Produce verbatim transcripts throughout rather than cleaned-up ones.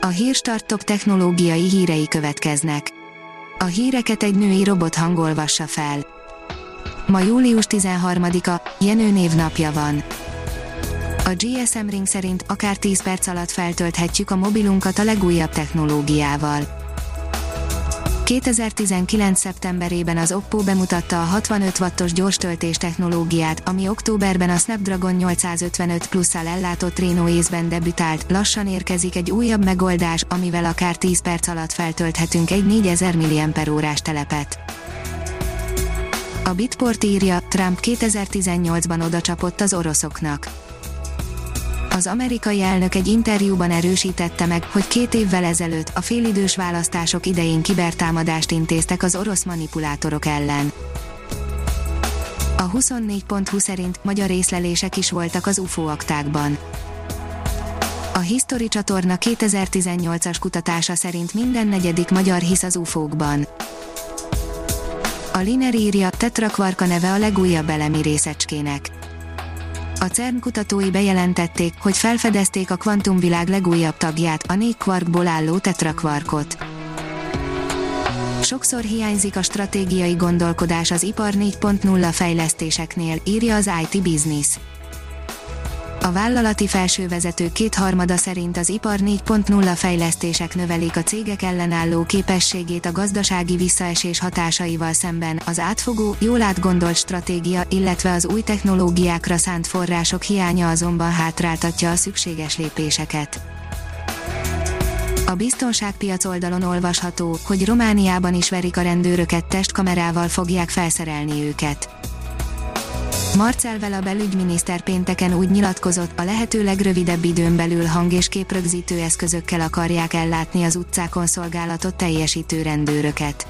A Hírstart top technológiai hírei következnek. A híreket egy női robothang olvassa fel. Ma július tizenharmadika, Jenő névnapja van. A gé es em Ring szerint akár tíz perc alatt feltölthetjük a mobilunkat a legújabb technológiával. kétezer-tizenkilenc. szeptemberében az Oppo bemutatta a hatvanöt wattos gyorstöltés technológiát, ami októberben a Snapdragon nyolcszázötvenöt Plus-szal ellátott Reno Ace-ben debütált. Lassan érkezik egy újabb megoldás, amivel akár tíz perc alatt feltölthetünk egy négyezer milliampere órás telepet. A Bitport írja, Trump kétezer-tizennyolcban odacsapott az oroszoknak. Az amerikai elnök egy interjúban erősítette meg, hogy két évvel ezelőtt, a félidős választások idején kibertámadást intéztek az orosz manipulátorok ellen. A huszonnégy pont hu szerint magyar észlelések is voltak az u f o aktákban. A History csatorna kétezer-tizennyolcas kutatása szerint minden negyedik magyar hisz az u f ókban. A Liner írja, tetrakvarka neve a legújabb elemi részecskének. A cern kutatói bejelentették, hogy felfedezték a kvantumvilág legújabb tagját, a négy kvarkból álló tetrakvarkot. Sokszor hiányzik a stratégiai gondolkodás az ipar négy pont nulla fejlesztéseknél, írja az i té Business. A vállalati felsővezetők kétharmada szerint az ipar négy pont nulla fejlesztések növelik a cégek ellenálló képességét a gazdasági visszaesés hatásaival szemben, az átfogó, jól átgondolt stratégia, illetve az új technológiákra szánt források hiánya azonban hátráltatja a szükséges lépéseket. A biztonságpiac oldalon olvasható, hogy Romániában is verik a rendőröket, testkamerával fogják felszerelni őket. Marcel Vela belügyminiszter pénteken úgy nyilatkozott, a lehető legrövidebb időn belül hang- és képrögzítő eszközökkel akarják ellátni az utcákon szolgálatot teljesítő rendőröket.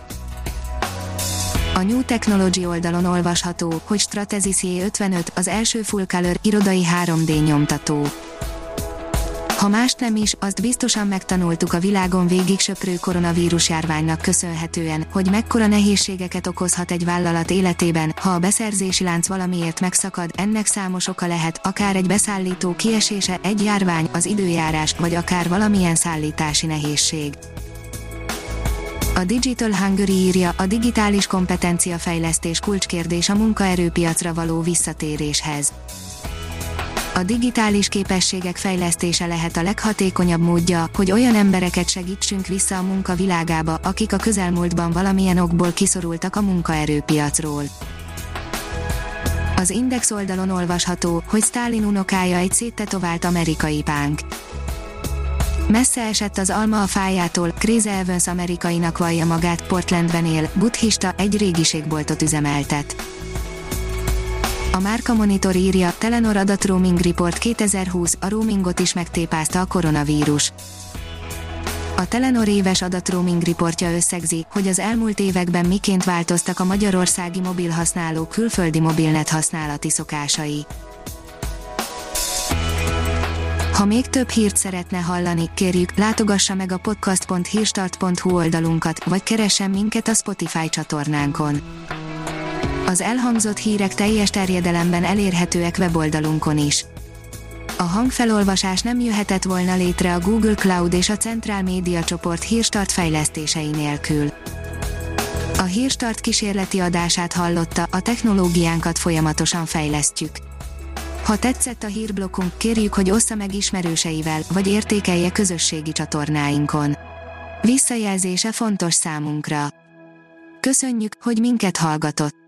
A New Technology oldalon olvasható, hogy Stratasys J ötvenöt az első full color irodai három dé nyomtató. Ha mást nem is, azt biztosan megtanultuk a világon végig söprő koronavírus járványnak köszönhetően, hogy mekkora nehézségeket okozhat egy vállalat életében, ha a beszerzési lánc valamiért megszakad. Ennek számos oka lehet, akár egy beszállító kiesése, egy járvány, az időjárás, vagy akár valamilyen szállítási nehézség. A Digital Hungary írja, a digitális kompetenciafejlesztés kulcskérdés a munkaerőpiacra való visszatéréshez. A digitális képességek fejlesztése lehet a leghatékonyabb módja, hogy olyan embereket segítsünk vissza a munka világába, akik a közelmúltban valamilyen okból kiszorultak a munkaerőpiacról. Az Index oldalon olvasható, hogy Sztálin unokája egy széttetovált amerikai pánk. Messze esett az alma a fájától, Chris Evans amerikainak vallja magát, Portlandben él, buddhista, egy régiségboltot üzemeltet. A Márka Monitor írja, Telenor adatroaming report kétezer-húsz, a roamingot is megtépázta a koronavírus. A Telenor éves adatroaming reportja összegzi, hogy az elmúlt években miként változtak a magyarországi mobilhasználók külföldi mobilnet használati szokásai. Ha még több hírt szeretne hallani, kérjük, látogassa meg a podcast pont hírstart pont hu oldalunkat, vagy keressen minket a Spotify csatornánkon. Az elhangzott hírek teljes terjedelemben elérhetőek weboldalunkon is. A hangfelolvasás nem jöhetett volna létre a Google Cloud és a Central Média csoport Hírstart fejlesztései nélkül. A Hírstart kísérleti adását hallotta, a technológiánkat folyamatosan fejlesztjük. Ha tetszett a hírblokkunk, kérjük, hogy ossza meg ismerőseivel, vagy értékelje közösségi csatornáinkon. Visszajelzése fontos számunkra. Köszönjük, hogy minket hallgatott!